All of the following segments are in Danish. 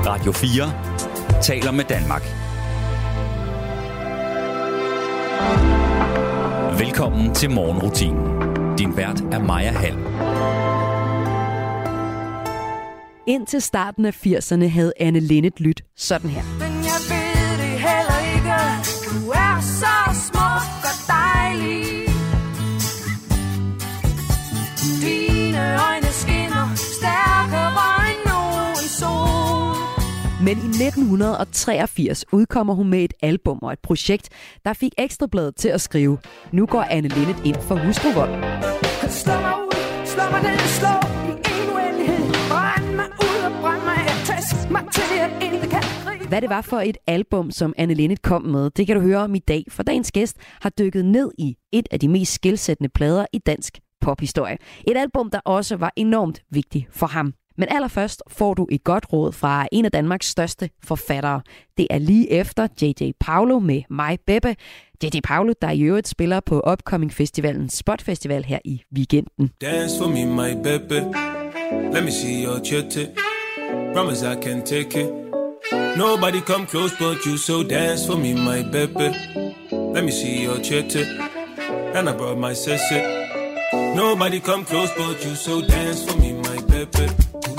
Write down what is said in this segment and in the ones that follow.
Radio 4 taler med Danmark. Velkommen til morgenrutinen. Din vært er Maja Hall. Indtil starten af 80'erne havde Anne Linnet lyttet sådan her. Men jeg ved det heller ikke. Du er så smuk og dejlig. Dine øjne skinner stærkere end nogen sol. Men i 1983 udkommer hun med et album og et projekt, der fik Ekstra Bladet til at skrive: Nu går Anne Linnet ind for hustruvold. Slå mig ud, slå mig ned, slå i en uendelighed. Brænd mig ud og brænd mig af. Tæsk mig til, at intet kan gribe. Hvad det var for et album, som Anne Linnet kom med, det kan du høre om i dag, for dagens gæst har dykket ned i et af de mest skelsættende plader i dansk pophistorie. Et album, der også var enormt vigtigt for ham. Men allerførst får du et godt råd fra en af Danmarks største forfattere. Det er lige efter J.J. Paulo med My Bebe. J.J. Paulo, der i øvrigt spiller på Upcoming-festivalen Spot Festival her i weekenden. Dance for me, my baby. Let me see your chitty. Promise I can take it. Nobody come close but you, so dance for me, my baby. Let me see your chitty. And I brought my sissy. Nobody come close but you, so dance for me, my baby.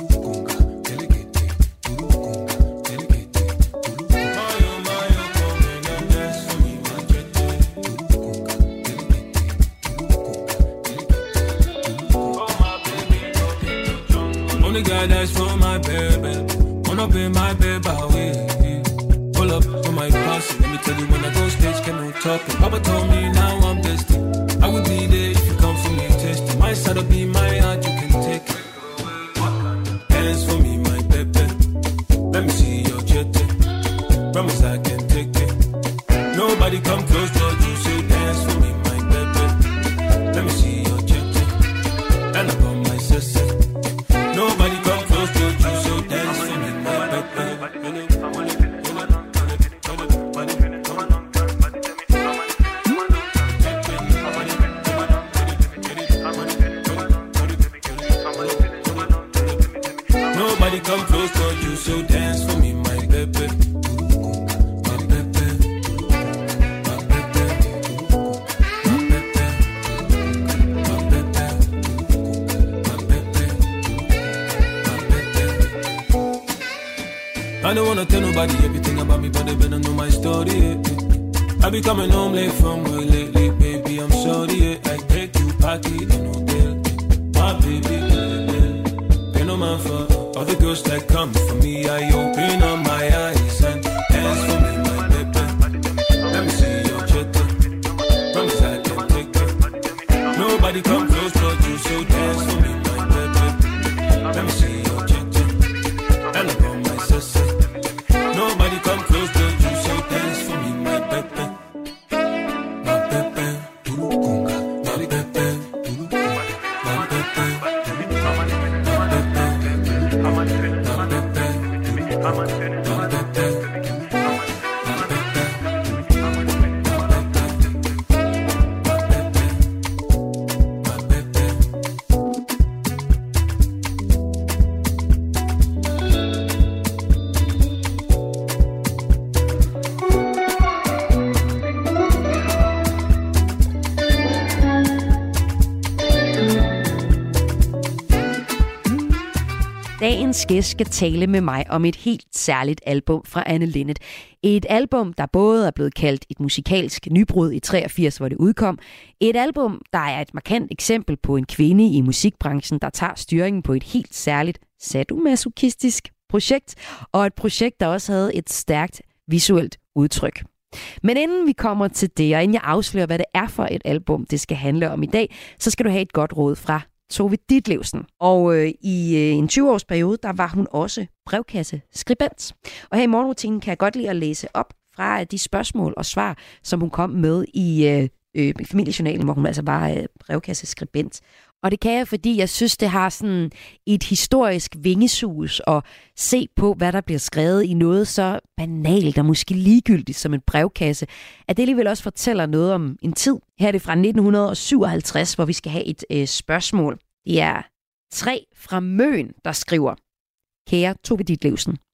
That's for my baby. Wanna be my baby, we pull up for my posse. Let me tell you, when I go stage, can no talking. Papa told me now I'm destined. I will be there if you come for me, taste it. My side will be my heart, you can take it. Dance for me, my baby. Let me see your chitty. Promise I can take it. Nobody come close but you, so dance for me, my baby. Let me see your chitty. And I got my sister. Nobody come close to you, so dance for me, my baby. Nobody come close to you, so dance for me, my baby. I don't wanna tell nobody everything about me, but they better know my story. I be coming home late from work lately, baby, I'm sorry. I take you party in hotel, my baby. Pay no man for all the girls that come for me. I open up my eyes and dance for me, my baby. Let me see your chitty. Promise I can take it. Nobody come close but you, so dance for me, my baby. Let me see your chitty. And I got my sister. Nobody come close to you, so dance for me, my baby. My baby, turukunga, my baby, my baby, Dagens gæst skal tale med mig om et helt særligt album fra Anne Linnet. Et album, der både er blevet kaldt et musikalsk nybrud i 83, hvor det udkom. Et album, der er et markant eksempel på en kvinde i musikbranchen, der tager styringen på et helt særligt sadomasochistisk projekt. Og et projekt, der også havde et stærkt visuelt udtryk. Men inden vi kommer til det, og inden jeg afslører, hvad det er for et album, det skal handle om i dag, så skal du have et godt råd fra Tove Ditlevsen. Og i en 20-års periode, der var hun også brevkasseskribent. Og her i morgenrutinen kan jeg godt lide at læse op fra de spørgsmål og svar, som hun kom med i Familiejournalen, hvor hun altså var brevkasseskribent. Og det kan jeg, fordi jeg synes, det har sådan et historisk vingesus at se på, hvad der bliver skrevet i noget så banalt og måske ligegyldigt som en brevkasse, at det alligevel også fortæller noget om en tid. Her er det fra 1957, hvor vi skal have et spørgsmål. Det er 3 fra Møn, der skriver: Kære Tove Ditlevsen,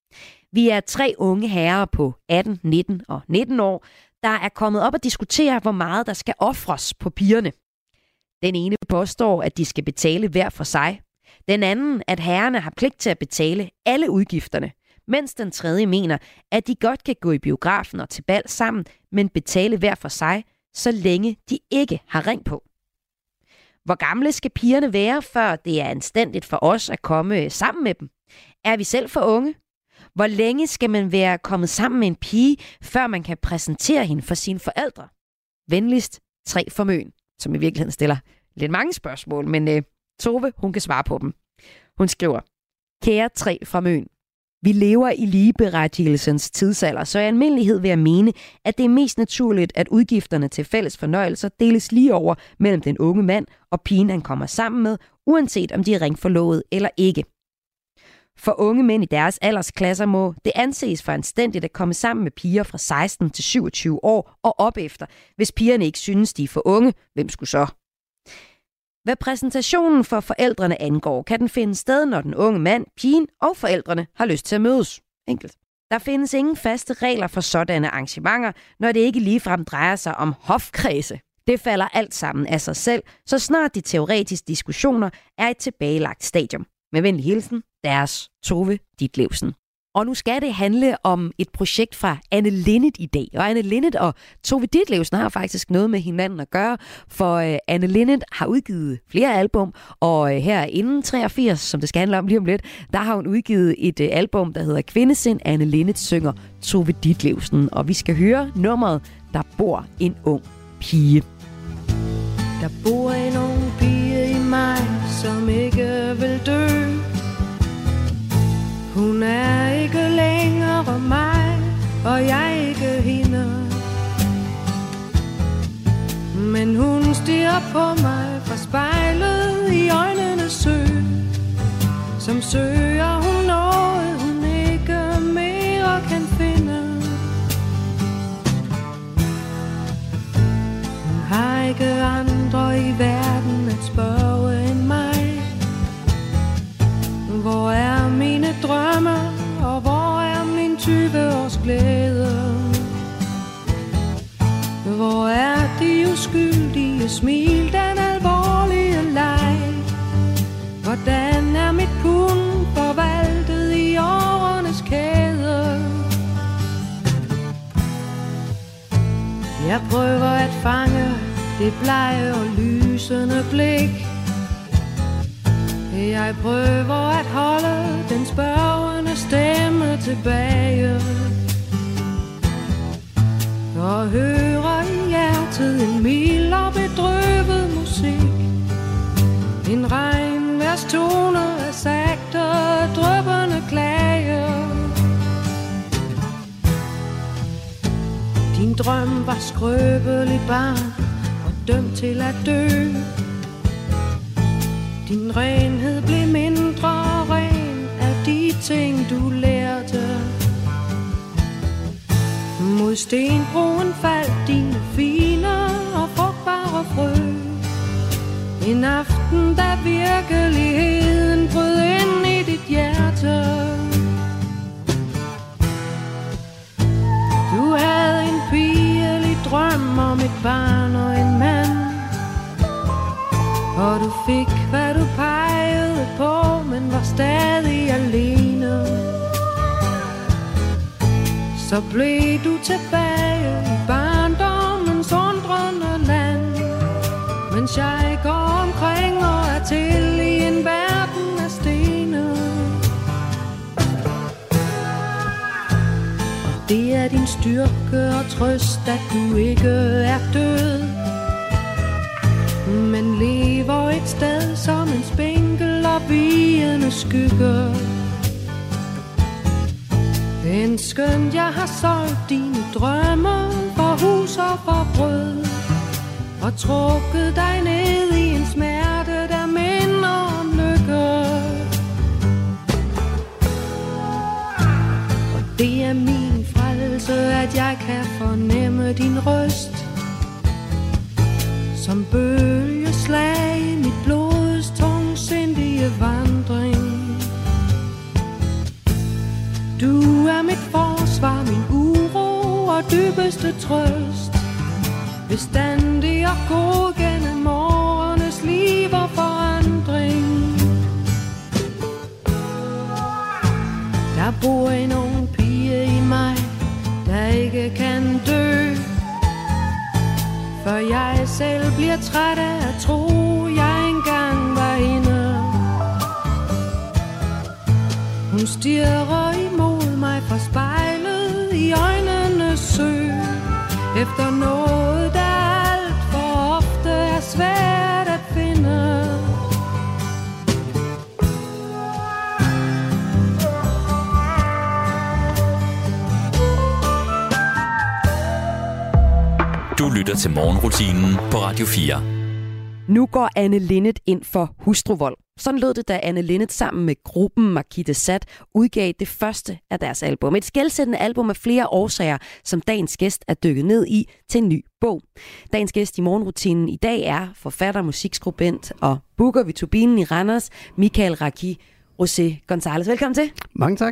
Vi er 3 unge herrer på 18, 19 og 19 år, der er kommet op og diskutere, hvor meget der skal ofres på pigerne. Den ene påstår, at de skal betale hver for sig. Den anden, at herrerne har pligt til at betale alle udgifterne. Mens den tredje mener, at de godt kan gå i biografen og til bal sammen, men betale hver for sig, så længe de ikke har ring på. Hvor gamle skal pigerne være, før det er anstændigt for os at komme sammen med dem? Er vi selv for unge? Hvor længe skal man være kommet sammen med en pige, før man kan præsentere hende for sine forældre? Venligst 3 for Møn, som i virkeligheden stiller lidt mange spørgsmål, men Tove, hun kan svare på dem. Hun skriver, kære 3 fra Møn, vi lever i ligeberettigelsens tidsalder, så i almindelighed vil jeg mene, at det er mest naturligt, at udgifterne til fælles fornøjelser deles lige over mellem den unge mand og pigen, han kommer sammen med, uanset om de er ringforlovet eller ikke. For unge mænd i deres aldersklasser må det anses for anstændigt at komme sammen med piger fra 16 til 27 år og op efter. Hvis pigerne ikke synes, de er for unge, hvem skulle så? Hvad præsentationen for forældrene angår, kan den finde sted, når den unge mand, pigen og forældrene har lyst til at mødes. Enkelt. Der findes ingen faste regler for sådanne arrangementer, når det ikke ligefrem drejer sig om hofkredse. Det falder alt sammen af sig selv, så snart de teoretiske diskussioner er et tilbagelagt stadium. Med venlig hilsen, deres Tove Ditlevsen. Og nu skal det handle om et projekt fra Anne Linnet i dag. Og Anne Linnet og Tove Ditlevsen har faktisk noget med hinanden at gøre, for Anne Linnet har udgivet flere album, og her inden 83, som det skal handle om lige om lidt, der har hun udgivet et album, der hedder Kvindesind. Anne Linnet synger Tove Ditlevsen, og vi skal høre nummeret Der bor en ung pige. Der bor en ung pige i mig, som ikke vil dø. Hun er ikke længere mig, og jeg ikke hende. Men hun stirrer på mig fra spejlet i øjnene sø. Som søger hun noget, hun ikke mere kan finde. Hun har ikke andre i verden at spørge end mig. Hvor er mine drømme, og hvor er min 20-års glæde? Hvor er de uskyldige smil, den alvorlige leg? Hvordan er mit pund forvaltet i årenes kæde? Jeg prøver at fange det blege og lysende blik. Jeg prøver at holde den spørgende stemme tilbage og hører i hjertet en mild og bedrøvet musik. En regnvejrstone af sagte dryppende klage. Din drøm var skrøbelig barn og dømt til at dø. Din renhed blev mindre ren af de ting, du lærte. Mod stenbroen faldt dine fine og frugtbare frø. En aften, da virkeligheden brød ind i dit hjerte. Du havde en pigelig drøm om et barn og en mand. Og du fik, hvad du pegede på, men var stadig alene. Så blev du tilbage i barndommens undrende land, mens jeg går omkring og er til i en verden af stene. Og det er din styrke og trøst, at du ikke er død, men lever et sted som en spinkel og vigende skygge. En skønt jeg har solgt dine drømme for hus og for brød, og trukket dig ned i en smerte, der minder om lykke. Og det er min frelse, at jeg kan fornemme din røst, som bølgeslag i mit blods tungsindige vandring. Du er er mit forsvar, min uro og dybeste trøst. Bestandig og gå gennem morgenes liv og forandring. Der bor en ung pige i mig, der ikke kan dø. For jeg selv bliver træt af at tro, jeg engang var hende. Hun stirrer imod mig fra spejlet, i øjnene søg efter noget, der alt for ofte er svært at finde. Du lytter til morgenrutinen på Radio 4. Nu går Anne Linnet ind for hustruvold. Sådan lød det, da Anne Linnet sammen med gruppen Marquis de Sade udgav det første af deres album. Et skelsættende album af flere årsager, som dagens gæst er dykket ned i til en ny bog. Dagens gæst i morgenrutinen i dag er forfatter, musikskribent og booker ved Turbinen i Randers, Michael Raki Rosé González. Velkommen til. Mange tak.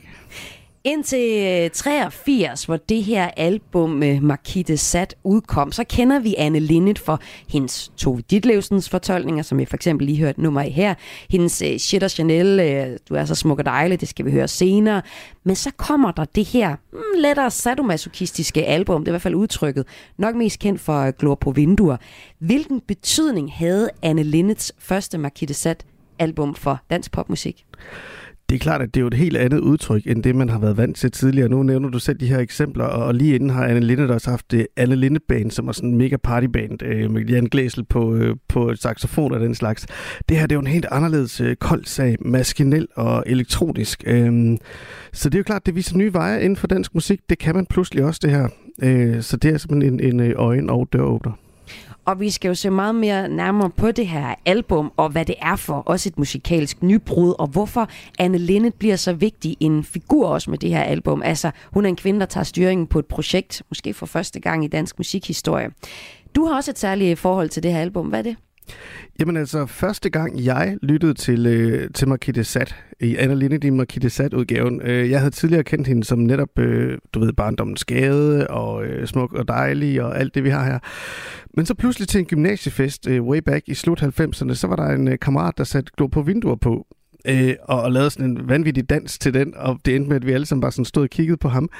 Indtil 83, hvor det her album med Marquis de Sade udkom, så kender vi Anne Linnet for hendes Tove Ditlevsens fortolkninger, som jeg for eksempel lige hørte nummer i her. Hendes Shit og Chanel, Du er så smuk og dejlig, det skal vi høre senere. Men så kommer der det her lettere sadomasochistiske album, det er i hvert fald udtrykket, nok mest kendt for Glor på vinduer. Hvilken betydning havde Anne Linnets første Marquis de Sade album for dansk popmusik? Det er klart, at det er jo et helt andet udtryk, end det, man har været vant til tidligere. Nu nævner du selv de her eksempler, og lige inden har Anne Linnet også haft det Anne Linnet Band, som er sådan en mega partyband med Jan Glæsel på saxofon og den slags. Det her, det er jo en helt anderledes kold sag, maskinel og elektronisk. Så det er jo klart, det viser nye veje inden for dansk musik. Det kan man pludselig også, det her. Så det er simpelthen en øjen- og døråbner. Og vi skal jo se meget mere nærmere på det her album, og hvad det er for også et musikalsk nybrud, og hvorfor Anne Linnet bliver så vigtig en figur også med det her album. Altså, hun er en kvinde, der tager styringen på et projekt, måske for første gang i dansk musikhistorie. Du har også et særligt forhold til det her album. Hvad er det? Jamen altså, første gang jeg lyttede til Marquis de Sade, i Anne Linnet i Marquis de Sade-udgaven, jeg havde tidligere kendt hende som netop, Barndommens Gade og Smuk og Dejlig og alt det, vi har her. Men så pludselig til en gymnasiefest way back i slut 90'erne, så var der en kammerat, der satte Glor på vinduer på. Og lavede sådan en vanvittig dans til den, og det endte med, at vi alle sammen bare sådan stod og kiggede på ham.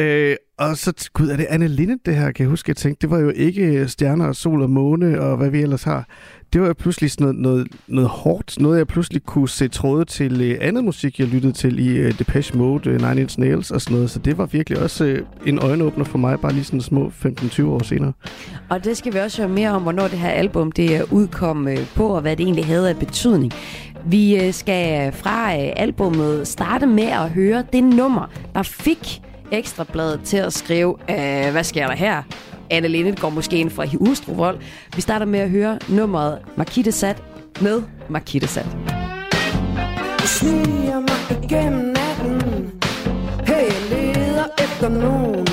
Og så, gud, er det Anne Linnet, det her, kan jeg huske, jeg tænkte, det var jo ikke stjerner og sol og måne, og hvad vi ellers har. Det var jo pludselig sådan noget hårdt, noget jeg pludselig kunne se tråde til andet musik, jeg lyttede til i Depeche Mode, Nine Inch Nails og sådan noget, så det var virkelig også en øjenåbner for mig, bare lige sådan små 15-20 år senere. Og det skal vi også høre mere om, hvornår det her album det udkom på, og hvad det egentlig havde af betydning. Vi skal fra albummet starte med at høre det nummer, der fik Ekstrabladet til at skrive, hvad sker der her? Anne Linnet går måske ind fra hustruvold. Vi starter med at høre nummeret Marquis de Sade med Marquis de Sade. Du sniger mig igennem natten. Hey, jeg leder efter nogen.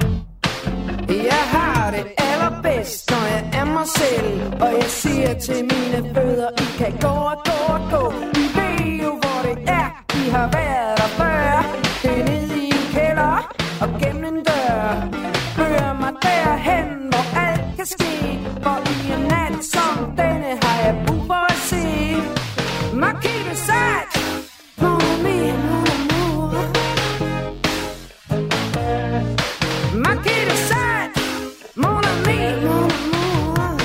Jeg har det allerbedst, når jeg er mig selv. Og jeg siger til mine fødder, I kan gå og gå og gå. I ved jo, hvor det er. I har været der før. Det er nede i en kælder og gennem en dør. Fører mig derhen, hvor alt kan ske. For i en nat som denne har jeg brug for at se Marquis de Sade. Mon ami, mon amour. Marquis de Sade. Mon ami, mon amour.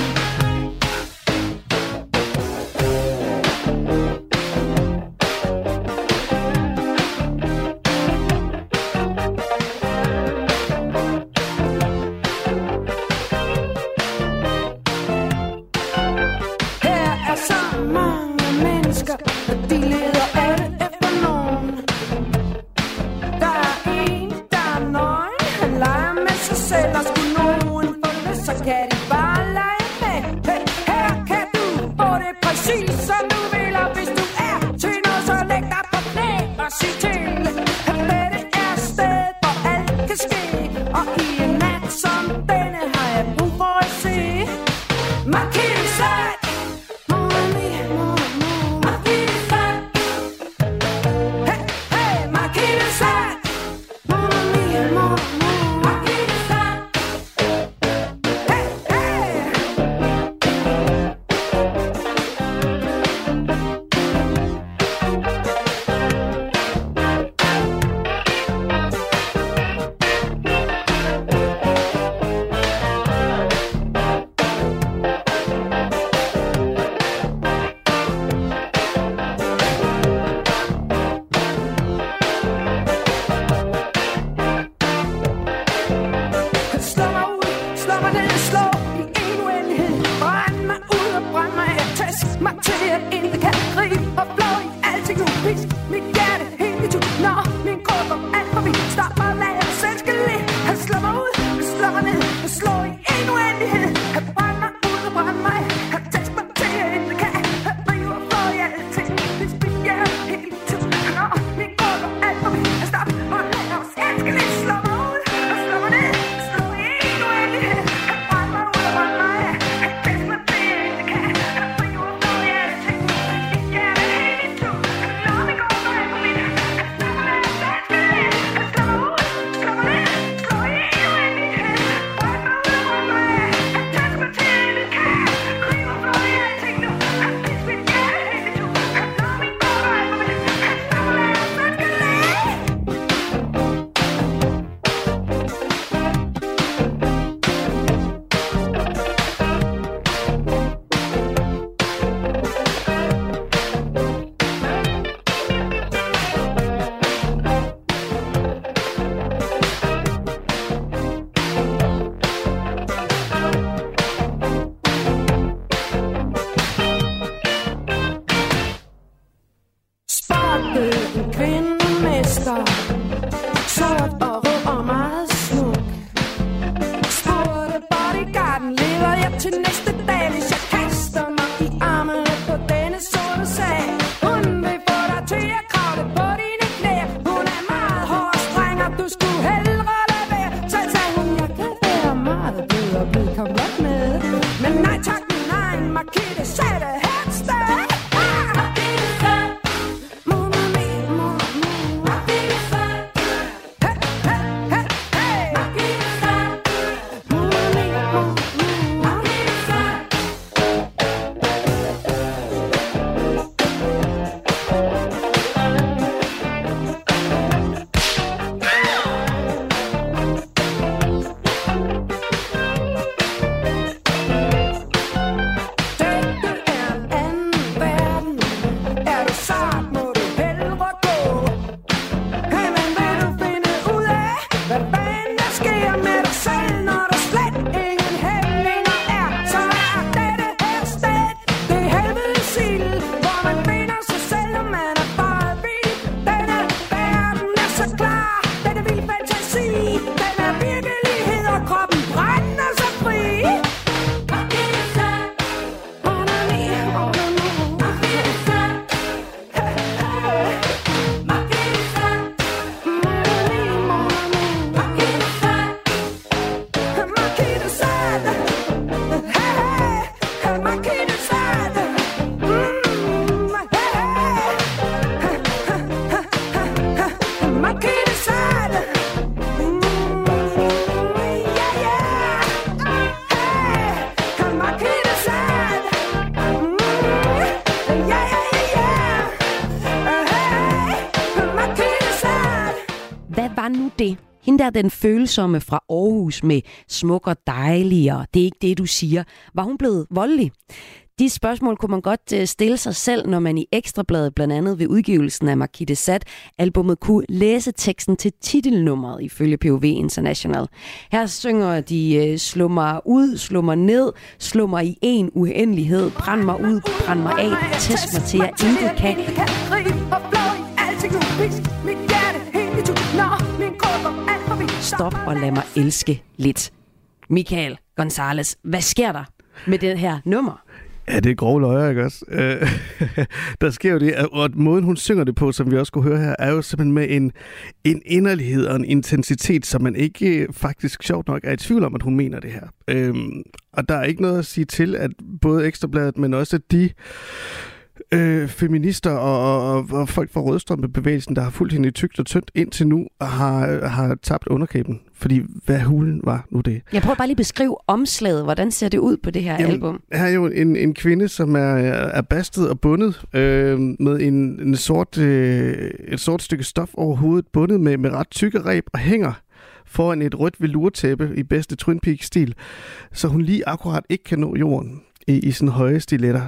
fester. Sort og rød og meget smuk. Spurgte bodyguarden, lever jeg til næste dag, hvis jeg kaster mig i armene på denne sorte sag. Hun vil få dig til at kravle på dine knæ. Hun er meget hård og streng, og du skulle hellere lade være. Så sagde hun, jeg kan være meget blød og blød, kom godt med. Men nej tak, min egen Markete satte her et sted. Hende der, den følsomme fra Aarhus med smuk og dejlig, og det er ikke det, du siger. Var hun blevet voldelig? De spørgsmål kunne man godt stille sig selv, når man i Ekstrabladet, blandt andet ved udgivelsen af Markise Sat-albummet, kunne læse teksten til titelnummeret ifølge POV International. Her synger de slå mig ud, slå mig ned, slå mig i en uendelighed, brænd mig ud, brænd mig af, test mig til jeg intet kan. Stop og lad mig elske lidt. Michael Gonzalez, hvad sker der med det her nummer? Ja, det er grove løjer, ikke også? Der sker jo det, og måden hun synger det på, som vi også kunne høre her, er jo simpelthen med en inderlighed og en intensitet, som man ikke faktisk sjovt nok er i tvivl om, at hun mener det her. Og der er ikke noget at sige til, at både Ekstrabladet, men også de feminister og folk fra Rødstrømpebevægelsen, der har fulgt hende i tykt og tyndt indtil nu, har tabt underkæben. Fordi hvad hulen var nu det? Jeg prøver bare lige at beskrive omslaget. Hvordan ser det ud på det her album? Her er jo en kvinde, som er bastet og bundet med et sort stykke stof over hovedet, bundet med ret tykke reb og hænger foran et rødt velurtæppe i bedste Twin Peaks-stil, så hun lige akkurat ikke kan nå jorden i sådan høje stiletter.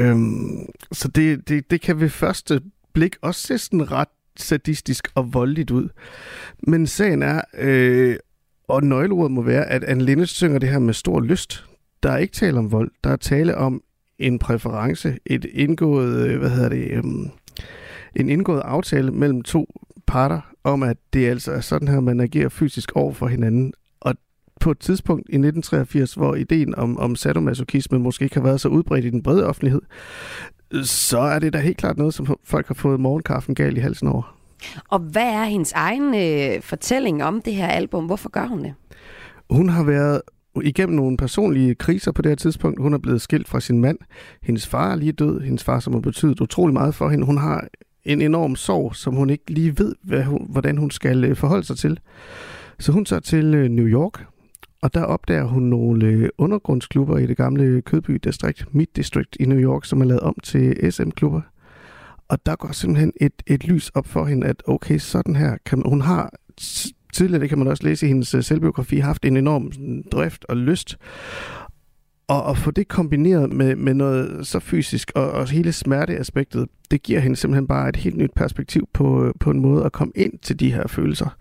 Så det kan ved første blik også se sådan ret sadistisk og voldeligt ud. Men sagen er, og nøgleordet må være, at Anne Linnet synger det her med stor lyst. Der er ikke tale om vold. Der er tale om en præference, et indgået, en indgået aftale mellem to parter om, at det altså er sådan her, man agerer fysisk over for hinanden. Og på et tidspunkt i 1983, hvor ideen om sadomasochisme måske ikke har været så udbredt i den brede offentlighed, så er det da helt klart noget, som folk har fået morgenkaffen galt i halsen over. Og hvad er hendes egen fortælling om det her album? Hvorfor gør hun det? Hun har været igennem nogle personlige kriser på det her tidspunkt. Hun er blevet skilt fra sin mand. Hendes far er lige død. Hendes far, som har betydet utrolig meget for hende. Hun har en enorm sorg, som hun ikke lige ved, hvordan hun skal forholde sig til. Så hun tager til New York, og der opdager hun nogle undergrundsklubber i det gamle Kødby-distrikt, Mid-district i New York, som er lavet om til SM-klubber. Og der går simpelthen et lys op for hende, at okay, sådan her kan hun har tidligere, det kan man også læse i hendes selvbiografi, haft en enorm drift og lyst. Og få det kombineret med noget så fysisk, og hele smerteaspektet, det giver hende simpelthen bare et helt nyt perspektiv på en måde at komme ind til de her følelser.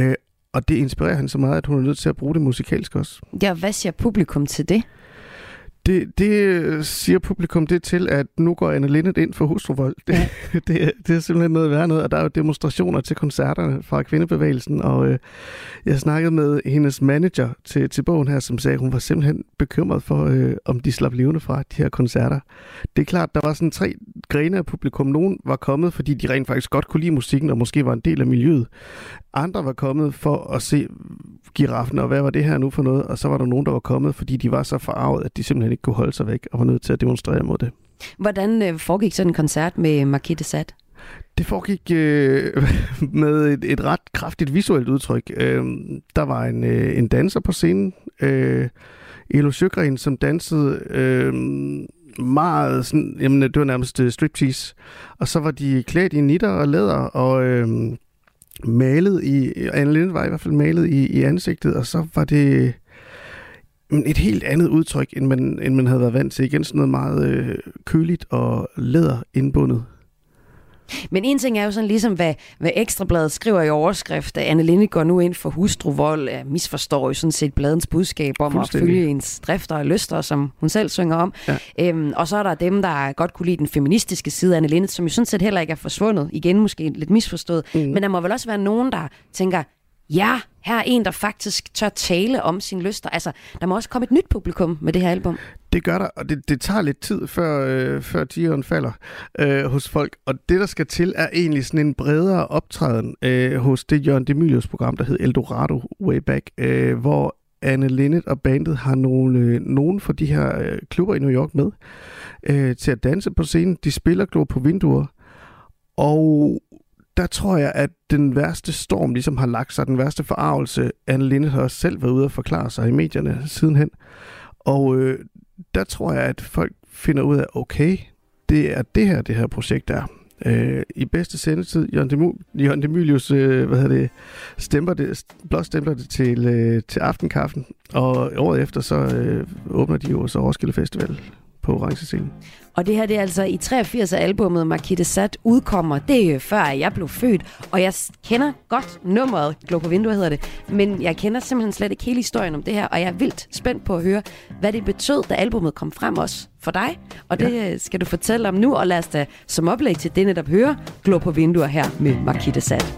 Og det inspirerer hende så meget, at hun er nødt til at bruge det musikalsk også. Ja, hvad siger publikum til det? Det siger publikum det til, at nu går Anne Linnet ind for hustruvold. Det er simpelthen noget værd noget, og der er jo demonstrationer til koncerterne fra kvindebevægelsen, og jeg snakkede med hendes manager til bogen her, som sagde, at hun var simpelthen bekymret for, om de slap levende fra de her koncerter. Det er klart, der var sådan 3 grene af publikum. Nogen var kommet, fordi de rent faktisk godt kunne lide musikken, og måske var en del af miljøet. Andre var kommet for at se Giraffen, og hvad var det her nu for noget? Og så var der nogen, der var kommet, fordi de var så forarvet, at de simpelthen ikke kunne holde sig væk og var nødt til at demonstrere mod det. Hvordan foregik sådan en koncert med Marquis de Sade? Det foregik med et ret kraftigt visuelt udtryk. Der var en danser på scenen, Elo Sjøgren, som dansede meget sådan, jamen det var nærmest striptease. Og så var de klædt i nitter og læder og malet Anne Linnet var i hvert fald malet i ansigtet, og så var det et helt andet udtryk, end man havde været vant til. Igen sådan noget meget køligt og læder indbundet. Men en ting er jo sådan ligesom, hvad Ekstrabladet skriver i overskrift, at Anne Linnet går nu ind for hustruvold, misforstår jo sådan set bladens budskab om at følge ens drifter og lyster, som hun selv synger om. Ja. Og så er der dem, der godt kunne lide den feministiske side af Anne Linnet, som jo sådan set heller ikke er forsvundet. Igen måske lidt misforstået. Men der må vel også være nogen, der tænker, ja, her er en, der faktisk tør tale om sine lyster. Altså, der må også komme et nyt publikum med det her album. Det gør der, og det tager lidt tid, før tigeren falder hos folk. Og det, der skal til, er egentlig sådan en bredere optræden hos det Jørgen de Mylius program, der hed Eldorado Way Back, hvor Anne Linnet og bandet har nogen fra de her klubber i New York med til at danse på scenen. De spiller Glor på vinduer, og der tror jeg, at den værste storm ligesom har lagt sig, den værste forarvelse. Anne Linnet har også selv været ude og forklare sig i medierne sidenhen. Og der tror jeg, at folk finder ud af, okay, det er det her projekt er. I bedste sendetid, Jørgen de Mylius, stempler det til aftenkaffen, og året efter så åbner de jo så Roskilde Festival på Orange Scenen. Og det her, det er altså i 83 albumet Marquis de Sade udkommer. Det er før jeg blev født, og jeg kender godt nummeret, Glor på vinduet hedder det, men jeg kender simpelthen slet ikke hele historien om det her, og jeg er vildt spændt på at høre, hvad det betød, da albumet kom frem også for dig. Og det skal du fortælle om nu, og lad os da som oplæg til det netop høre Glor på vinduer her med Marquis de Sade.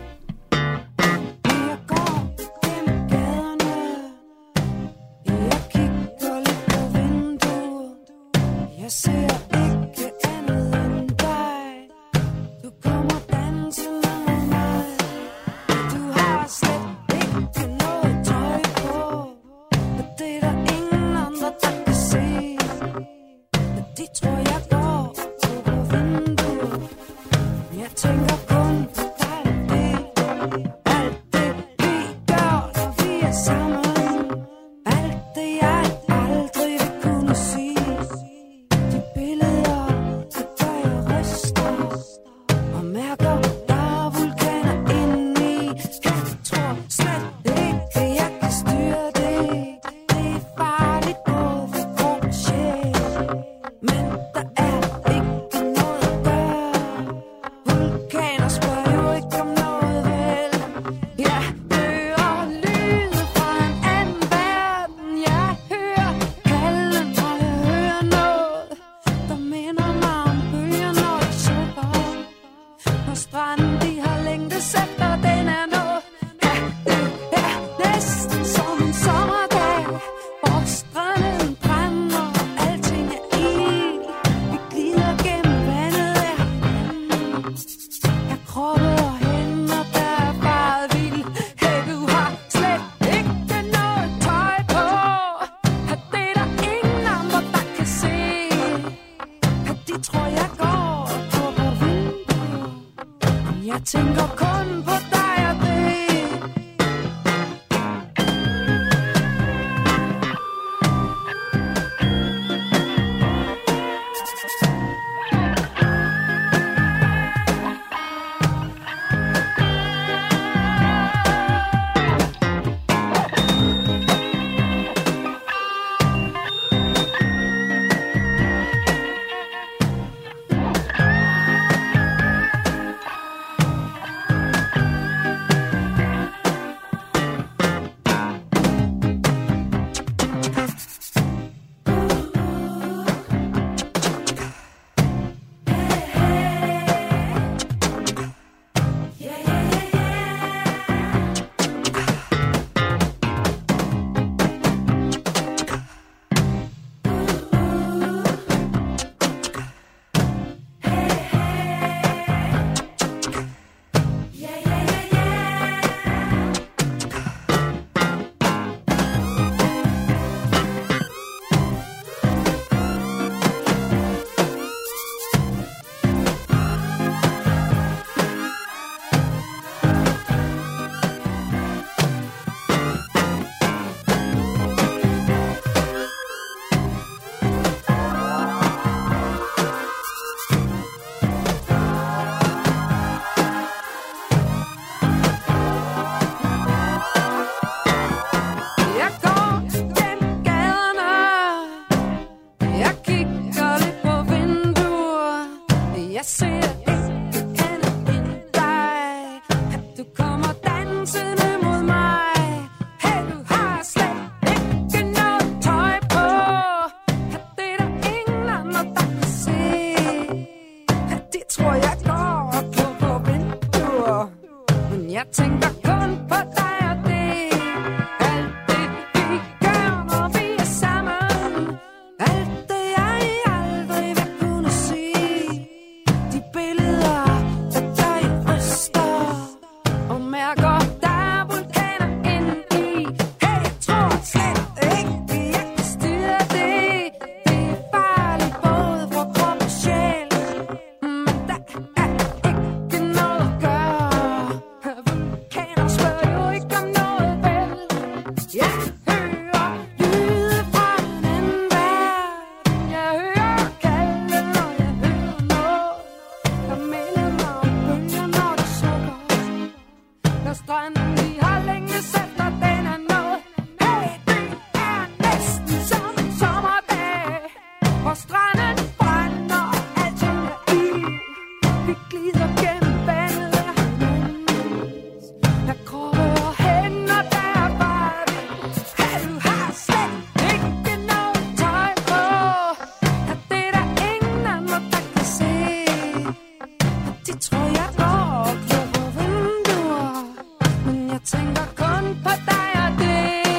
dansende mod mig. Hey, du har slet ikke noget tøj på. Det er der ingen andre, der kan se. Det tror jeg går og klog på vinduer. Men jeg tænker kun på dig og det. Alt det vi gør, når vi er sammen. Alt det jeg aldrig vil kunne sige. De billeder, der gør i ryster. Og mærker, der er vulkaner inde i. Hey, jeg tror slet ikke, jeg kan styre det. Det er farligt både for krop og sjæl. Men der er ikke noget at gøre. Vulkaner spørger jo ikke om noget vel. Jeg hører lyde fra en anden verden. Jeg hører kalde, når jeg hører noget. Der minder mig om bølger, når det sukker. Når stranden lige har længes efter den er nået. Hey, det er næsten som en sommerdag. Hvor stranden brænder og alting er ild. Vi glider gennem vandet af hinandens. Der kroppe og hænder, der er bare vildt. Hey, du har slet ikke noget tøj på. Det er der ingen andre, der kan se. De tror jeg går og klog på vinduer. Men jeg tænker kun på dig og det.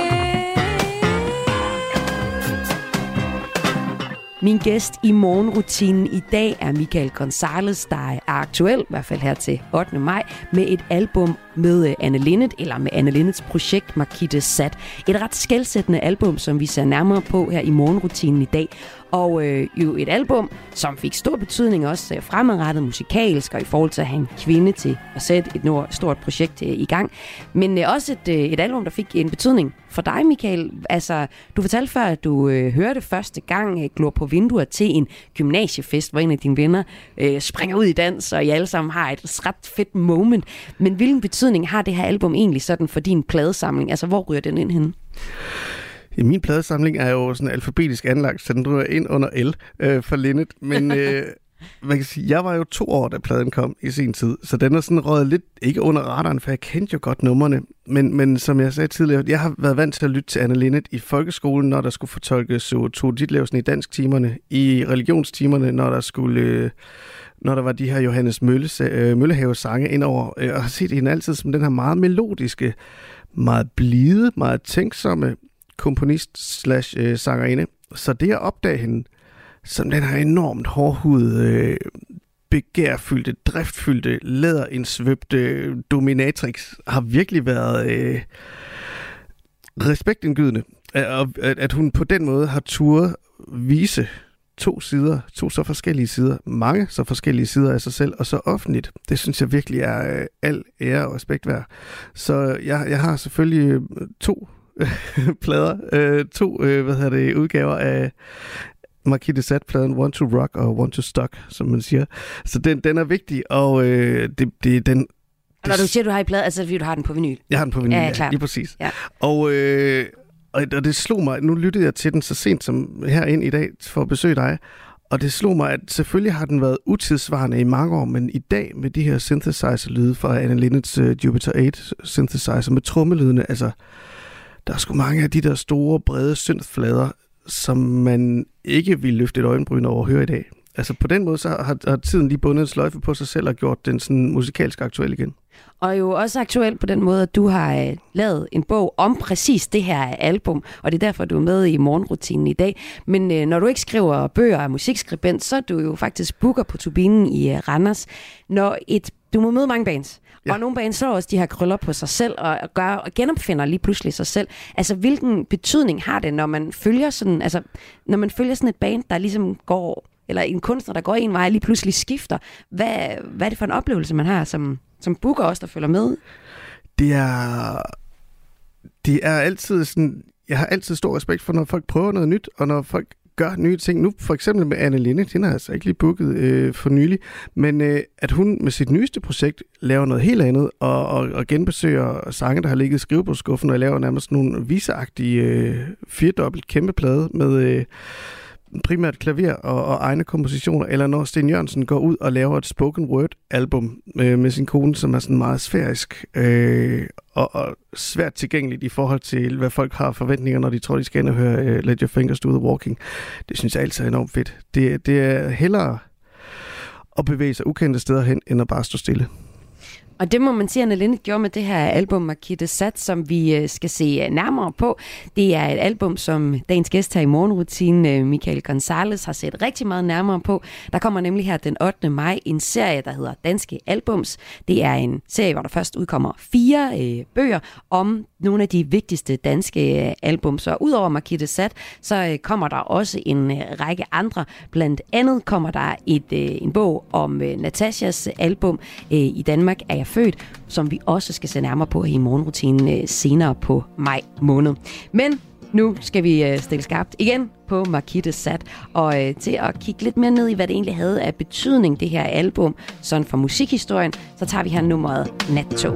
Min gæst i morgenrutinen i dag er Michael Gonzalez, der er aktuel, i hvert fald her til 8. maj, med et album med Anne Linnet, eller med Anne Linnets projekt Marquis de Sade. Et ret skelsættende album, som vi ser nærmere på her i morgenrutinen i dag. Og jo et album, som fik stor betydning også fremadrettet musikalsk, og i forhold til at have en kvinde til at sætte et stort projekt i gang. Men også et album, der fik en betydning for dig, Michael. Altså, du fortalte før, at du hørte første gang Glor på vinduer til en gymnasiefest, hvor en af dine venner springer ud i dans, og I alle sammen har et ret fedt moment. Men hvilken betydning har det her album egentlig sådan for din pladesamling? Altså, hvor ryger den ind henne? Min pladesamling er jo sådan alfabetisk anlagt, så den ryger ind under L for Linnet. Men man kan sige, jeg var jo 2 år, da pladen kom i sin tid, så den er sådan røget lidt, ikke under radaren, for jeg kendte jo godt numrene. Men som jeg sagde tidligere, jeg har været vant til at lytte til Anne Linnet i folkeskolen, når der skulle fortolkes Tove Ditlevsen i dansktimerne, i religionstimerne, når der var de her Johannes Møllehave-sange indover, og har set hende altid som den her meget melodiske, meget blide, meget tænksomme komponist/sangerinde. Så det at opdage hende som den her enormt hårdhudede, begærfyldte, driftfyldte, læderindsvøbte dominatrix, har virkelig været respektindgydende. At hun på den måde har turde vise 2 så forskellige sider, mange så forskellige sider af sig selv, og så offentligt. Det synes jeg virkelig er al ære og respekt værd. Så jeg har selvfølgelig 2 plader, 2 udgaver af Marquis de Sade-pladen Want to Rock og Want to Stock, som man siger. Så den er vigtig, og det er den... Når du siger, du har i plade, altså fordi du har den på vinyl? Jeg har den på vinyl, ja, lige præcis. Ja. Og det slog mig, nu lyttede jeg til den så sent som herind i dag for at besøge dig, og det slog mig, at selvfølgelig har den været utidssvarende i mange år, men i dag med de her synthesizer-lyde fra Anne Linnets Jupiter 8 synthesizer med trommelydene, altså der er sgu mange af de der store, brede synthflader, som man ikke vil løfte et øjenbryn over at høre i dag. Altså på den måde så har tiden lige bundet en sløjfe på sig selv og gjort den sådan musikalsk aktuel igen. Og jo også aktuel på den måde, at du har lavet en bog om præcis det her album, og det er derfor, du er med i morgenrutinen i dag. Men når du ikke skriver bøger og musikskribent, så er du jo faktisk booker på Turbinen i Randers. Du må møde mange bands, ja. Og nogle bands slår også de her krøller på sig selv og genopfinder lige pludselig sig selv. Altså, hvilken betydning har det, når man følger sådan, et band, der ligesom går, eller en kunstner, der går en vej, lige pludselig skifter? Hvad er det for en oplevelse, man har som booker også, der følger med? Det er altid sådan, jeg har altid stor respekt for, når folk prøver noget nyt, og når folk gør nye ting. Nu for eksempel med Anne Linnet, den har altså ikke lige booket for nylig, men at hun med sit nyeste projekt laver noget helt andet, og genbesøger sange, der har ligget i skrivebordsskuffen, og laver nærmest nogle viseagtige 4-dobbelt kæmpe plade primært klaver og egne kompositioner, eller når Sten Jørgensen går ud og laver et spoken word album med sin kone, som er sådan meget sfærisk og svært tilgængeligt i forhold til, hvad folk har forventninger, når de tror, de skal ind og høre Let Your Fingers Do The Walking. Det synes jeg altid er enormt fedt. Det er hellere at bevæge sig ukendte steder hen, end at bare stå stille. Og det må man sige, Anne Linnet gjorde med det her album, Marquis de Sade, som vi skal se nærmere på. Det er et album, som dagens gæst her i morgenrutinen, Michael Gonzalez, har set rigtig meget nærmere på. Der kommer nemlig her den 8. maj en serie, der hedder Danske Albums. Det er en serie, hvor der først udkommer 4 bøger om nogle af de vigtigste danske albums. Og udover Marquis de Sade, så kommer der også en række andre. Blandt andet kommer der en bog om Natashas album I Danmark er jeg født, som vi også skal se nærmere på i morgenrutinen senere på maj måned. Men nu skal vi stille skarpt igen på Marquis de Sade, og til at kigge lidt mere ned i, hvad det egentlig havde af betydning, det her album, sådan for musikhistorien, så tager vi her nummeret Nattog.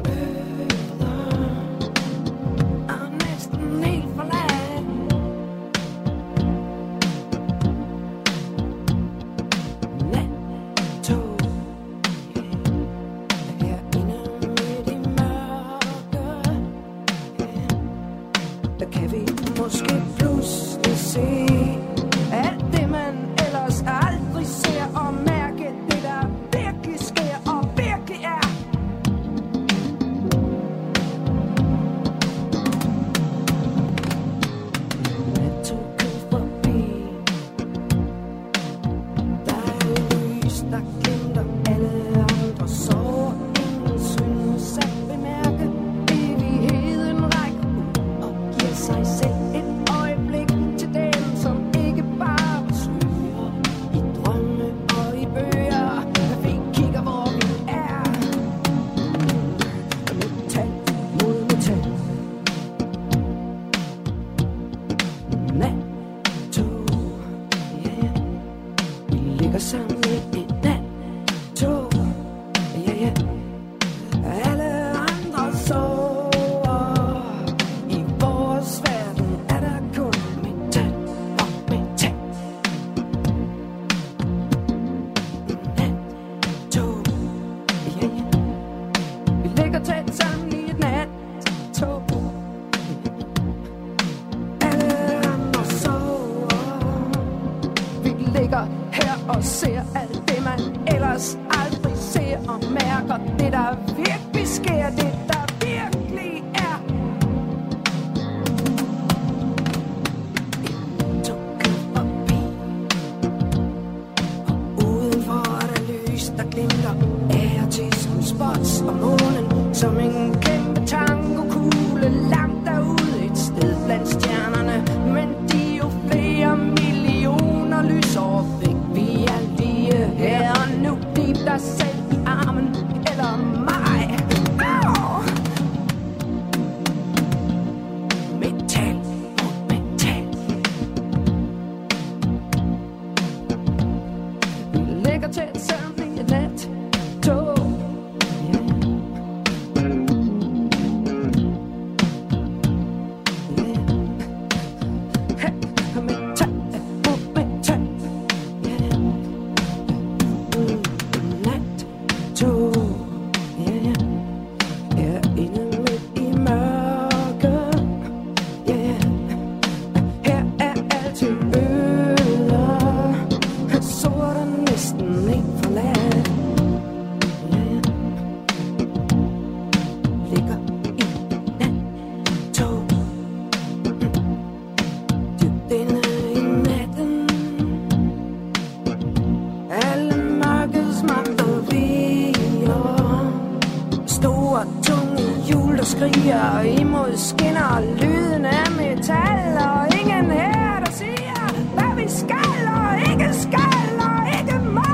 skriger imod skinner, lyden af metal, og ingen her, der siger, hvad vi skal og ikke skal og ikke må.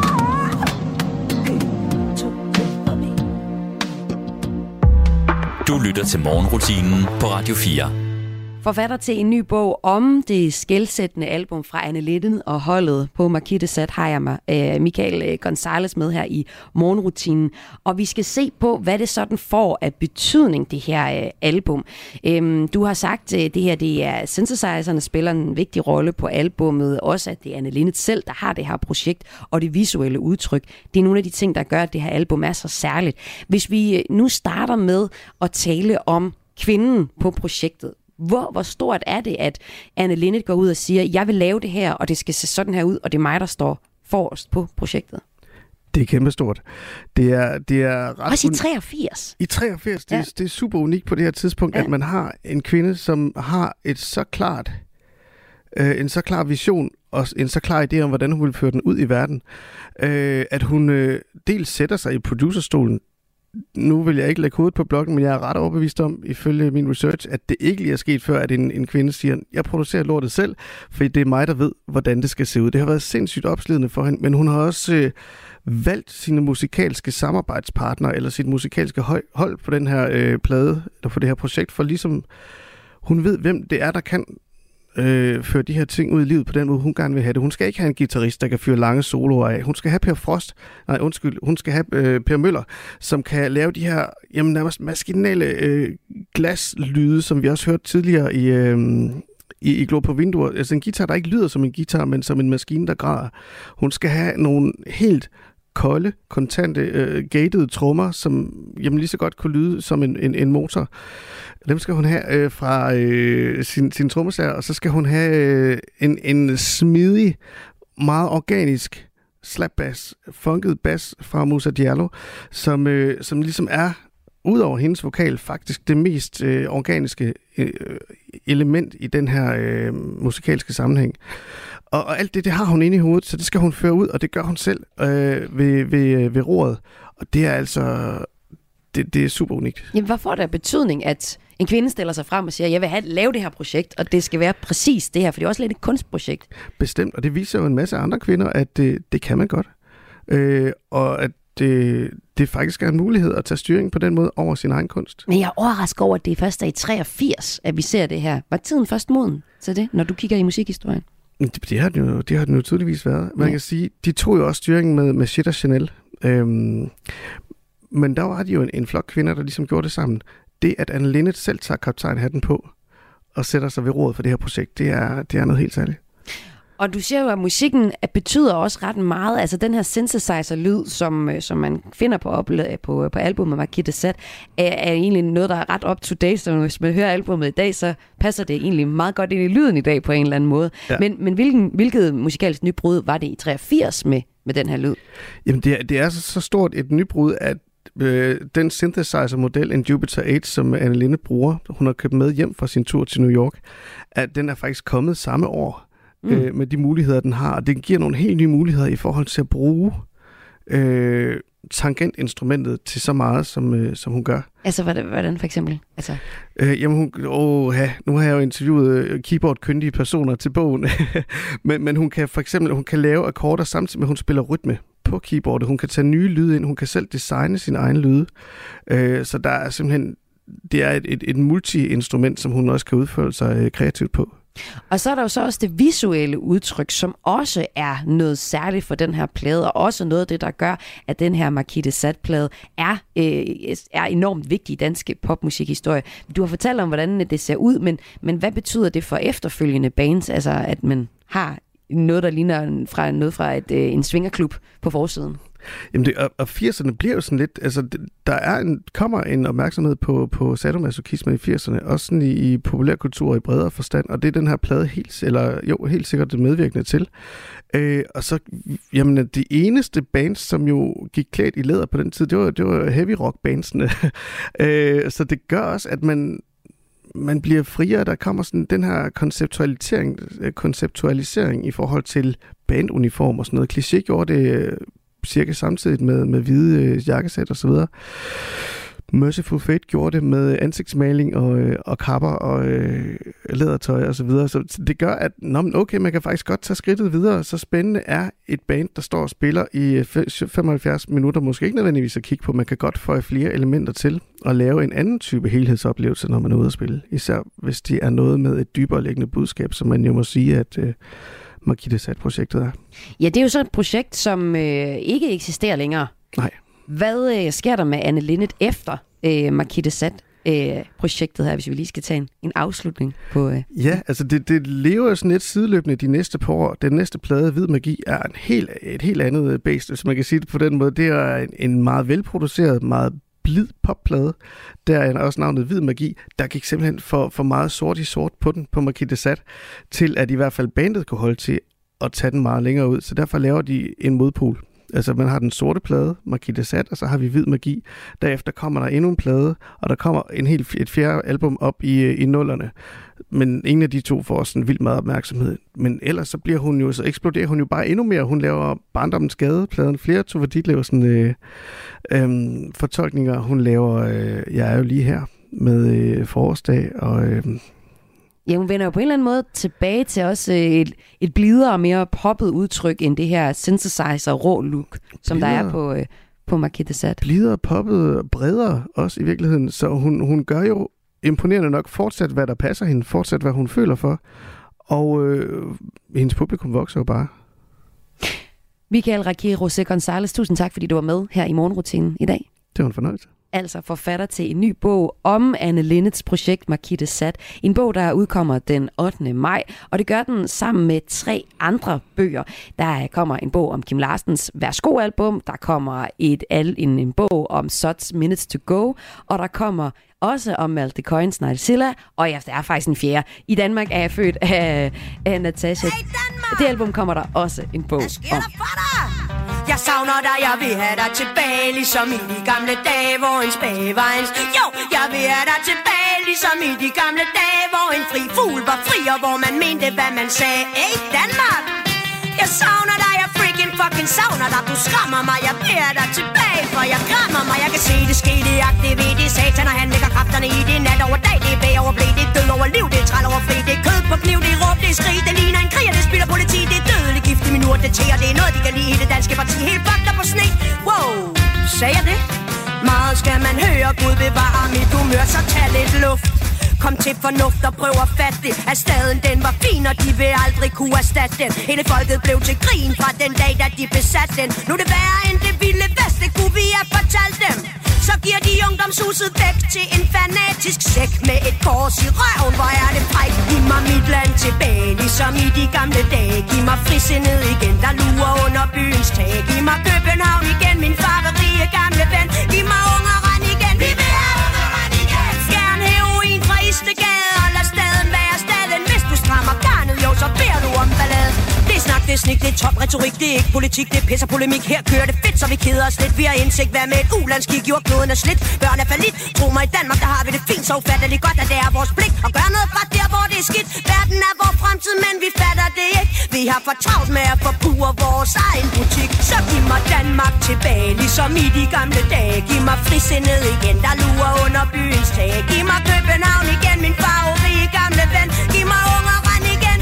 Du lytter til morgenrutinen på Radio 4. Forfatter til en ny bog om det skelsættende album fra Anne Linnet og holdet på Marquis de Sade har jeg Michael Gonzalez med her i morgenrutinen. Og vi skal se på, hvad det sådan får af betydning, det her album. Du har sagt, at det her det er synthesizerne spiller en vigtig rolle på albummet. Også at det er Anne Linnet selv, der har det her projekt og det visuelle udtryk. Det er nogle af de ting, der gør, at det her album er så særligt. Hvis vi nu starter med at tale om kvinden på projektet. Hvor stort er det, at Anne Linnet går ud og siger, jeg vil lave det her, og det skal se sådan her ud, og det er mig, der står forrest på projektet? Det er kæmpestort. Det er ret også i 83? I 83. Det er super unikt på det her tidspunkt, at man har en kvinde, som har en så klar vision, og en så klar idé om, hvordan hun vil føre den ud i verden. At hun dels sætter sig i producerstolen. Nu vil jeg ikke lægge hovedet på blokken, men jeg er ret overbevist om, ifølge min research, at det ikke lige er sket før, at en kvinde siger, jeg producerer lortet selv, for det er mig, der ved, hvordan det skal se ud. Det har været sindssygt opslidende for hende, men hun har også valgt sine musikalske samarbejdspartnere, eller sit musikalske hold på den her plade, eller på det her projekt, for ligesom hun ved, hvem det er, der kan føre de her ting ud i livet på den måde, hun gerne vil have det. Hun skal ikke have en guitarist, der kan fyre lange soloer af. Hun skal have hun skal have Per Møller, som kan lave de her nærmest maskinelle glaslyde, som vi også hørte tidligere i Glor på vinduer. Altså en guitar, der ikke lyder som en guitar, men som en maskine, der græder. Hun skal have nogle helt kolde, kontante, gated trommer, som lige så godt kunne lyde som en motor. Dem skal hun have fra sin trommeslager, og så skal hun have en smidig, meget organisk slapbass, funket bass fra Musa Diallo, som ligesom er, udover hendes vokal, faktisk det mest organiske element i den her musikalske sammenhæng. Og alt det har hun inde i hovedet, så det skal hun føre ud, og det gør hun selv ved roret. Og det er altså... Det er super unikt. Jamen, hvad får det af betydning, at en kvinde stiller sig frem og siger, jeg vil lave det her projekt, og det skal være præcis det her, for det er også lidt et kunstprojekt. Bestemt, og det viser jo en masse andre kvinder, at det kan man godt. Og at det faktisk er en mulighed at tage styring på den måde over sin egen kunst. Men jeg er overrasket over, at det først er i 83, at vi ser det her. Var tiden først moden til det, når du kigger i musikhistorien? Det har den jo tydeligvis været. Man kan sige, de tog jo også styringen med Shit og Chanel. Men der var de jo en flok kvinder, der ligesom gjorde det sammen. Det, at Anne Linnet selv tager kaptajnhatten på og sætter sig ved roret for det her projekt, det er noget helt særligt. Og du siger jo, at musikken betyder også ret meget. Altså den her synthesizer-lyd, som man finder på albumet Marquis de Sade, er egentlig noget, der er ret up to date. Så hvis man hører albumet i dag, så passer det egentlig meget godt ind i lyden i dag på en eller anden måde. Ja. Men hvilket musikalsk nybrud var det i 83 med den her lyd? Jamen det er så stort et nybrud, at den synthesizer-model, en Jupiter 8, som Anne Linnet bruger, hun har købt med hjem fra sin tur til New York, at den er faktisk kommet samme år med de muligheder, den har. Og det giver nogle helt nye muligheder i forhold til at bruge tangentinstrumentet til så meget, som hun gør. Altså, hvordan for eksempel? Altså... nu har jeg jo interviewet keyboard-kyndige personer til bogen, men hun kan for eksempel lave akkorder samtidig med, at hun spiller rytme på keyboardet. Hun kan tage nye lyde ind, hun kan selv designe sin egen lyde. Så der er simpelthen, det er et multi-instrument, som hun også kan udføre sig kreativt på. Og så er der jo så også det visuelle udtryk, som også er noget særligt for den her plade, og også noget af det, der gør, at den her Marquis de Sade-plade er enormt vigtig i dansk popmusikhistorie. Du har fortalt om, hvordan det ser ud, men hvad betyder det for efterfølgende bands, altså at man har noget, der ligner fra en swingerklub på forsiden? Jamen og 80'erne bliver jo sådan lidt, altså der kommer en opmærksomhed på sadomasochisme i 80'erne, også sådan i populærkultur i bredere forstand, og det er den her plade helt sikkert det medvirkende til. Og så, jamen de eneste bands, som jo gik klædt i læder på den tid, det var heavy rock bandsene. Så det gør også, at man bliver friere, der kommer sådan den her konceptualisering i forhold til banduniform og sådan noget. Cliché gjorde det cirka samtidig med hvide jakkesæt og så videre. Merciful Fate gjorde det med ansigtsmaling og kapper og lædertøj og så videre. Så det gør, at okay, man kan faktisk godt tage skridtet videre. Så spændende er et band, der står og spiller i 75 minutter. Måske ikke nødvendigvis at kigge på. Man kan godt få flere elementer til at lave en anden type helhedsoplevelse, når man er ude at spille. Især hvis de er noget med et dybere liggende budskab, som man jo må sige, at Marquis de Sade-projektet er. Ja, det er jo så et projekt, som ikke eksisterer længere. Nej. Hvad sker der med Anne Linnet efter Marquis de Sade-projektet her, hvis vi lige skal tage en afslutning på... Ja, altså det lever jo sådan lidt sideløbende de næste par år. Den næste plade, Hvid Magi, er et helt andet base, hvis man kan sige det på den måde. Det er en meget velproduceret, meget blid popplade. Der er også navnet Hvid Magi. Der gik simpelthen for meget sort i sort på den, på Marquis de Sade, til at i hvert fald bandet kunne holde til at tage den meget længere ud. Så derfor laver de en modpol. Altså, man har den sorte plade, Marquis de Sade, og så har vi Hvid Magi. Derefter kommer der endnu en plade, og der kommer et fjerde album op i nullerne. Men ingen af de to får sådan vildt meget opmærksomhed. Men ellers så eksploderer hun jo bare endnu mere. Hun laver Barndommens Gade-pladen. Flere Tove Ditlevsen fortolkninger. Hun laver Jeg er jo lige her med Forårsdag og... Ja, hun vender jo på en eller anden måde tilbage til også et blidere og mere poppet udtryk end det her synthesizer-rå-look, som der er på Marquis de Sade. Blidere, poppet, bredere også i virkeligheden. Så hun gør jo imponerende nok fortsat, hvad der passer hende, fortsat, hvad hun føler for. Og hendes publikum vokser jo bare. Michael Raquel Rosé González, tusind tak, fordi du var med her i Morgenrutinen i dag. Det var en fornøjelse. Altså forfatter til en ny bog om Anne Linnets projekt Marquis de Sade. En bog, der udkommer den 8. maj, og det gør den sammen med 3 andre bøger. Der kommer en bog om Kim Larsens Værsgo-album, der kommer en bog om Suds Minutes to Go, og der kommer også om Malte Coyens Nightzilla, og ja, der er faktisk en 4. I Danmark er jeg født af Natasha. Det album kommer der også en bog om. Jeg savner dig, jeg vil have dig tilbage, ligesom i de gamle dage, hvor en spage var en... Jo, jeg vil have dig tilbage, ligesom i de gamle dage, hvor en fri fugl var fri, og hvor man mente, hvad man sagde. Hey, Danmark! Jeg savner dig, jeg freaking fucking savner dig. Du skræmmer mig, jeg beder dig tilbage, for jeg græmmer mig. Jeg kan se det ske, det aktiverer det satan, og han lægger kræfterne i det nat over dag. Det er bag over blæ, det er død over liv, det er træl over fri. Det er kød på kniv, det er råb, det er skrig, det ligner en krig, og det spiller politi. Det er dødelig gift i min ur, det tæer, det er noget, de kan lide i det danske parti. Helt fucked up på sne. Wow, sagde jeg det? Meget skal man høre, Gud bevare mit humør, så tag lidt luft. Kom til fornuft og prøv at fatte det, at staden den var fin, og de vil aldrig kunne erstatte den. Hele folket blev til grin fra den dag, da de besatte den. Nu er det værre end det vilde vest, det kunne vi have fortalt dem. Så giver de ungdomshuset væk til en fanatisk sæk med et kors i røven. Hvor er det frækt? Giv mig mit land tilbage, ligesom i de gamle dage. Giv mig frisindet igen, der lurer under byens tag. Giv mig København igen, min farverige gamle ven. Giv mig Ungeren igen, vi vil have Ungeren igen. Fjern heroin fra Istegade, og lad staden være staden. Hvis du strammer garnet, jo, så beder du om ballade. Det er snak, det er snik, det er top retorik, det er ikke politik, det er pis og polemik. Her kører det fedt, så vi keder os lidt. Vi har indsigt, hvad med et ulandskig, gjort kloden er slidt. Børn er fallit, tro mig, i Danmark, der har vi det fint. Så ufatteligt godt, at det er vores pligt at gøre noget fra der, hvor det er skidt. Verden er vores fremtid, men vi fatter det ikke. Vi har for travlt med at forpure vores egen butik. Så giv mig Danmark tilbage, ligesom i de gamle dage. Giv mig frisindet igen, der lurer under byens tag. Giv mig København igen, min farverige gamle ven. Giv mig Ungeren igen.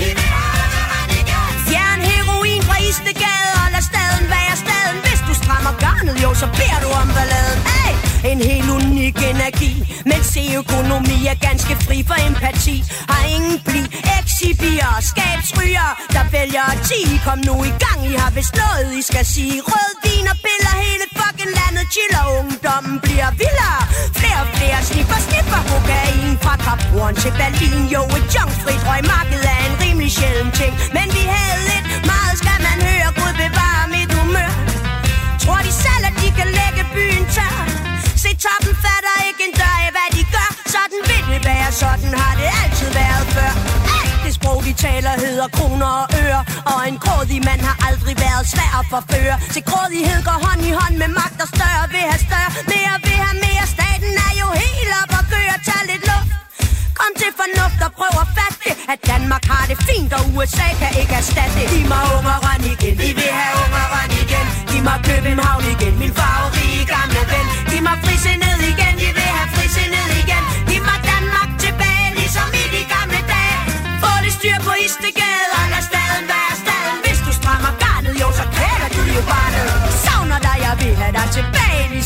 Fjern heroin fra Istegade, og lad staden være staden. Hvis du strammer garnet, jo, så beder du om balladen. Hey! En helt unik energi, men se økonomi er ganske fri for empati. Har ingen bli, exibier, skabsryger, der vælger at tige. Kom nu i gang, I har vist noget, I skal sige. Rød vin og piller, hele fucking landet chiller. Ungdommen bliver vildere, flere sniffer kokain. Fra Kaphorn til Berlin, jo, et junkfrit røgmarked er en rimelig sjælden ting. Men vi havde lidt, meget skal man høre, Gud bevare mit humør. Tror de selv, at de kan lægge byen tør? Se, toppen fatter ikke en dør af, hvad de gør. Sådan vil det være, sådan har det altid været før. Det sprog, de taler, hedder kroner og øre. Og en grådig mand har aldrig været svær at forføre. Til grådighed går hånd i hånd med magt og større. Vil have større, vil have mere. Staten er jo helt op og køre, tag lidt luft. Kom til fornuft og prøv at fatte det, at Danmark har det fint, og USA kan ikke erstatte det. Giv mig Ungeren igen, vi vil have Ungeren igen. Giv mig København igen, min farverige gamle ven. Giv mig frisindet igen, vi vil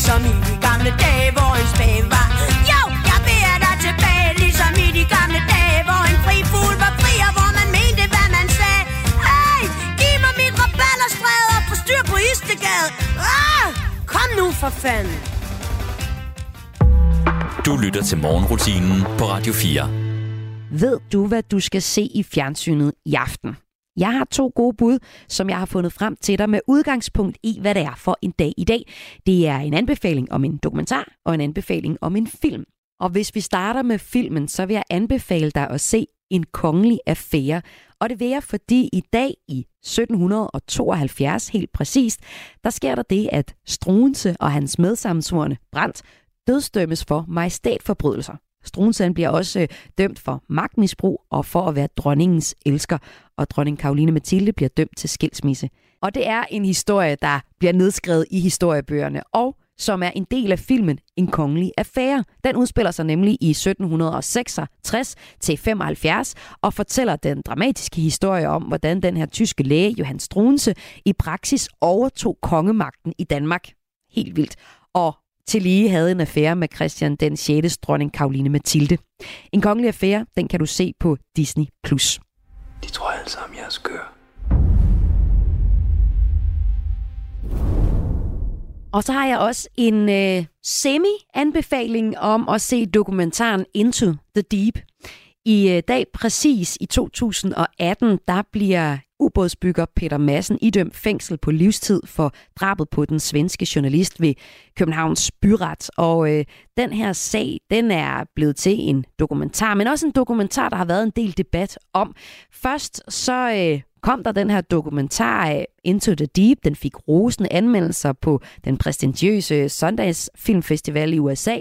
ligesom i de gamle dage, hvor en spæv var. Jo, jeg vil have dig tilbage, ligesom i de gamle dage, hvor en fri fugl var fri, og hvor man mente, hvad man sagde. Hey, giv mig mit rabalderstræde og få styr på Istegade. Kom nu for fanden. Du lytter til morgenrutinen på Radio 4. Ved du, hvad du skal se i fjernsynet i aften? Jeg har 2 gode bud, som jeg har fundet frem til dig med udgangspunkt i, hvad det er for en dag i dag. Det er en anbefaling om en dokumentar og en anbefaling om en film. Og hvis vi starter med filmen, så vil jeg anbefale dig at se En kongelig affære. Og det vil jeg, fordi i dag i 1772, helt præcist, der sker der det, at Struensee og hans medsammensvorne Brandt dødsdømmes for majestætforbrydelser. Struensee bliver også dømt for magtmisbrug og for at være dronningens elsker, og dronning Caroline Mathilde bliver dømt til skilsmisse. Og det er en historie, der bliver nedskrevet i historiebøgerne, og som er en del af filmen En kongelig affære. Den udspiller sig nemlig i 1766 til 75 og fortæller den dramatiske historie om, hvordan den her tyske læge, Johann Struensee, i praksis overtog kongemagten i Danmark. Helt vildt. Og tillige havde en affære med Christian den 6. dronning Caroline Mathilde. En kongelig affære, den kan du se på Disney+. De tror alle sammen, jeg er skør. Og så har jeg også en semi-anbefaling om at se dokumentaren Into the Deep. I dag, præcis i 2018, der bliver ubådsbygger Peter Madsen idømt fængsel på livstid for drabet på den svenske journalist ved Københavns Byret. Og den her sag, den er blevet til en dokumentar, men også en dokumentar, der har været en del debat om. Først så kom der den her dokumentar Into the Deep. Den fik rosende anmeldelser på den prestigiøse Sundance Filmfestival i USA.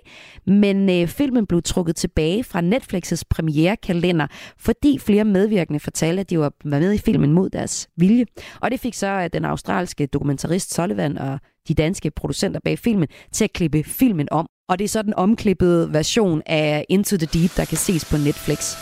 Men filmen blev trukket tilbage fra Netflix's premierekalender, fordi flere medvirkende fortalte, at de var med i filmen mod deres vilje. Og det fik så den australske dokumentarist Sullivan og de danske producenter bag filmen til at klippe filmen om. Og det er så den omklippede version af Into the Deep, der kan ses på Netflix.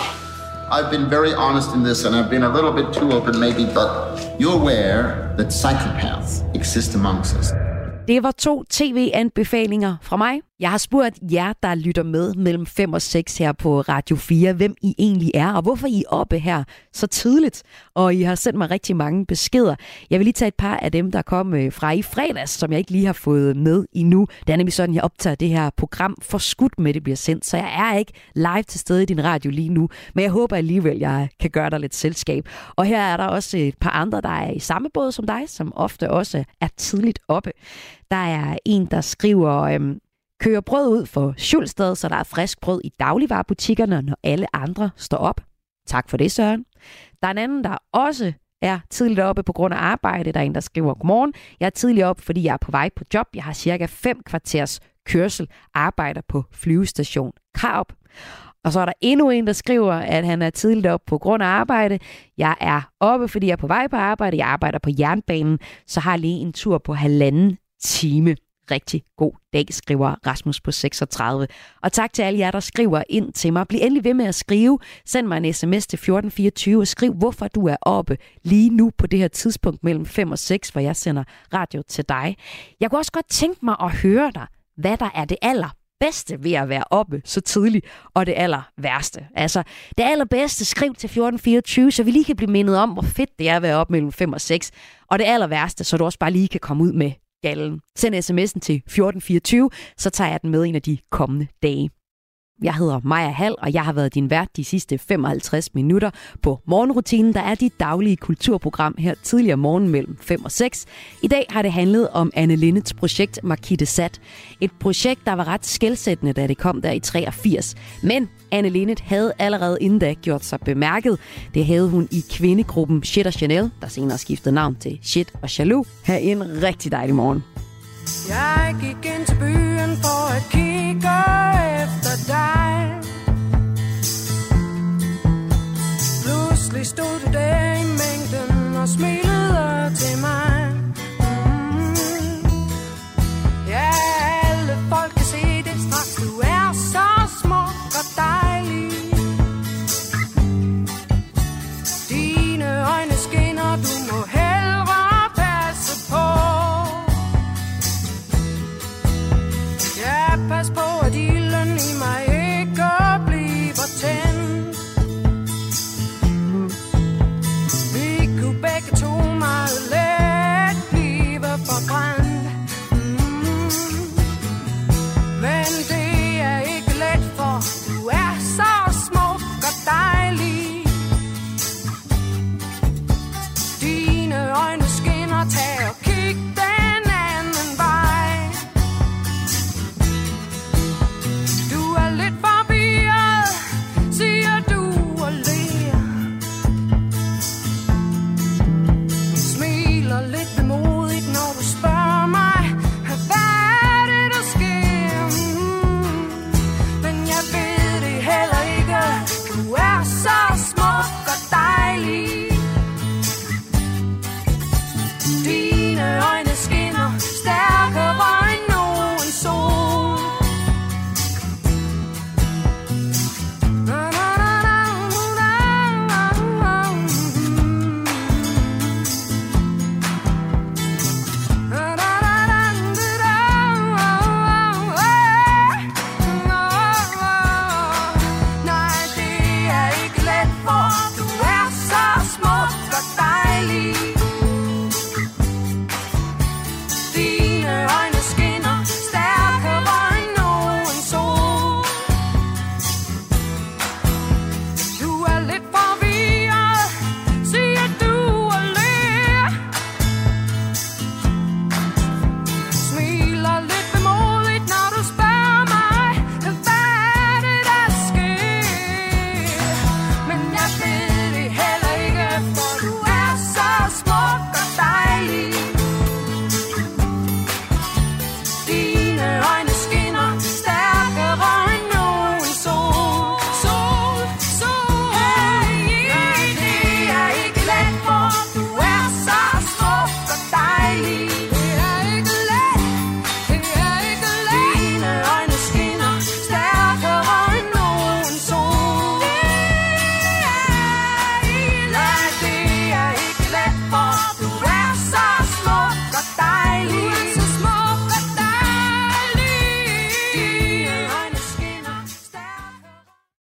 I've been very honest in this, and I've been a little bit too open maybe, but you're aware that psychopaths exist amongst us. Det var 2 tv-anbefalinger fra mig. Jeg har spurgt jer, der lytter med mellem 5 og 6 her på Radio 4, hvem I egentlig er, og hvorfor I er oppe her så tidligt. Og I har sendt mig rigtig mange beskeder. Jeg vil lige tage et par af dem, der kom fra i fredags, som jeg ikke lige har fået med endnu. Det er nemlig sådan, jeg optager det her program forskudt med, det bliver sendt, så jeg er ikke live til stede i din radio lige nu. Men jeg håber alligevel, jeg kan gøre dig lidt selskab. Og her er der også et par andre, der er i samme båd som dig, som ofte også er tidligt oppe. Der er en, der skriver... kører brød ud for Schulsted, så der er frisk brød i dagligvarebutikkerne, når alle andre står op. Tak for det, Søren. Der er en anden, der også er tidligt oppe på grund af arbejde. Der er en, der skriver, godmorgen. Jeg er tidligt op, fordi jeg er på vej på job. Jeg har cirka 5 kvarters kørsel. Arbejder på flyvestation Karup. Og så er der endnu en, der skriver, at han er tidligt op på grund af arbejde. Jeg er oppe, fordi jeg er på vej på arbejde. Jeg arbejder på jernbanen, så har jeg lige en tur på 1,5 time. Rigtig god dag, skriver Rasmus på 36. Og tak til alle jer, der skriver ind til mig. Bliv endelig ved med at skrive. Send mig en sms til 1424 og skriv, hvorfor du er oppe lige nu på det her tidspunkt mellem 5 og 6, hvor jeg sender radio til dig. Jeg kunne også godt tænke mig at høre dig, hvad der er det allerbedste ved at være oppe så tidligt, og det aller værste. Altså, det allerbedste, skriv til 1424, så vi lige kan blive mindet om, hvor fedt det er at være oppe mellem 5 og 6. Og det aller værste, så du også bare lige kan komme ud med gallen. Send sms'en til 1424, så tager jeg den med en af de kommende dage. Jeg hedder Maja Hall, og jeg har været din vært de sidste 55 minutter på morgenrutinen, der er dit daglige kulturprogram her tidligere morgen mellem 5 og 6. I dag har det handlet om Anne Linnets projekt Marquis de Sade. Et projekt, der var ret skelsættende, da det kom der i 83. Men Anne Linnet havde allerede inden da gjort sig bemærket. Det havde hun i kvindegruppen Shit og Chanel, der senere skiftede navn til Shit og Jaloux. Her en rigtig dejlig morgen. Jeg gik ind til byen for at kigge efter dig. Pludselig stod du der i mængden og smilede.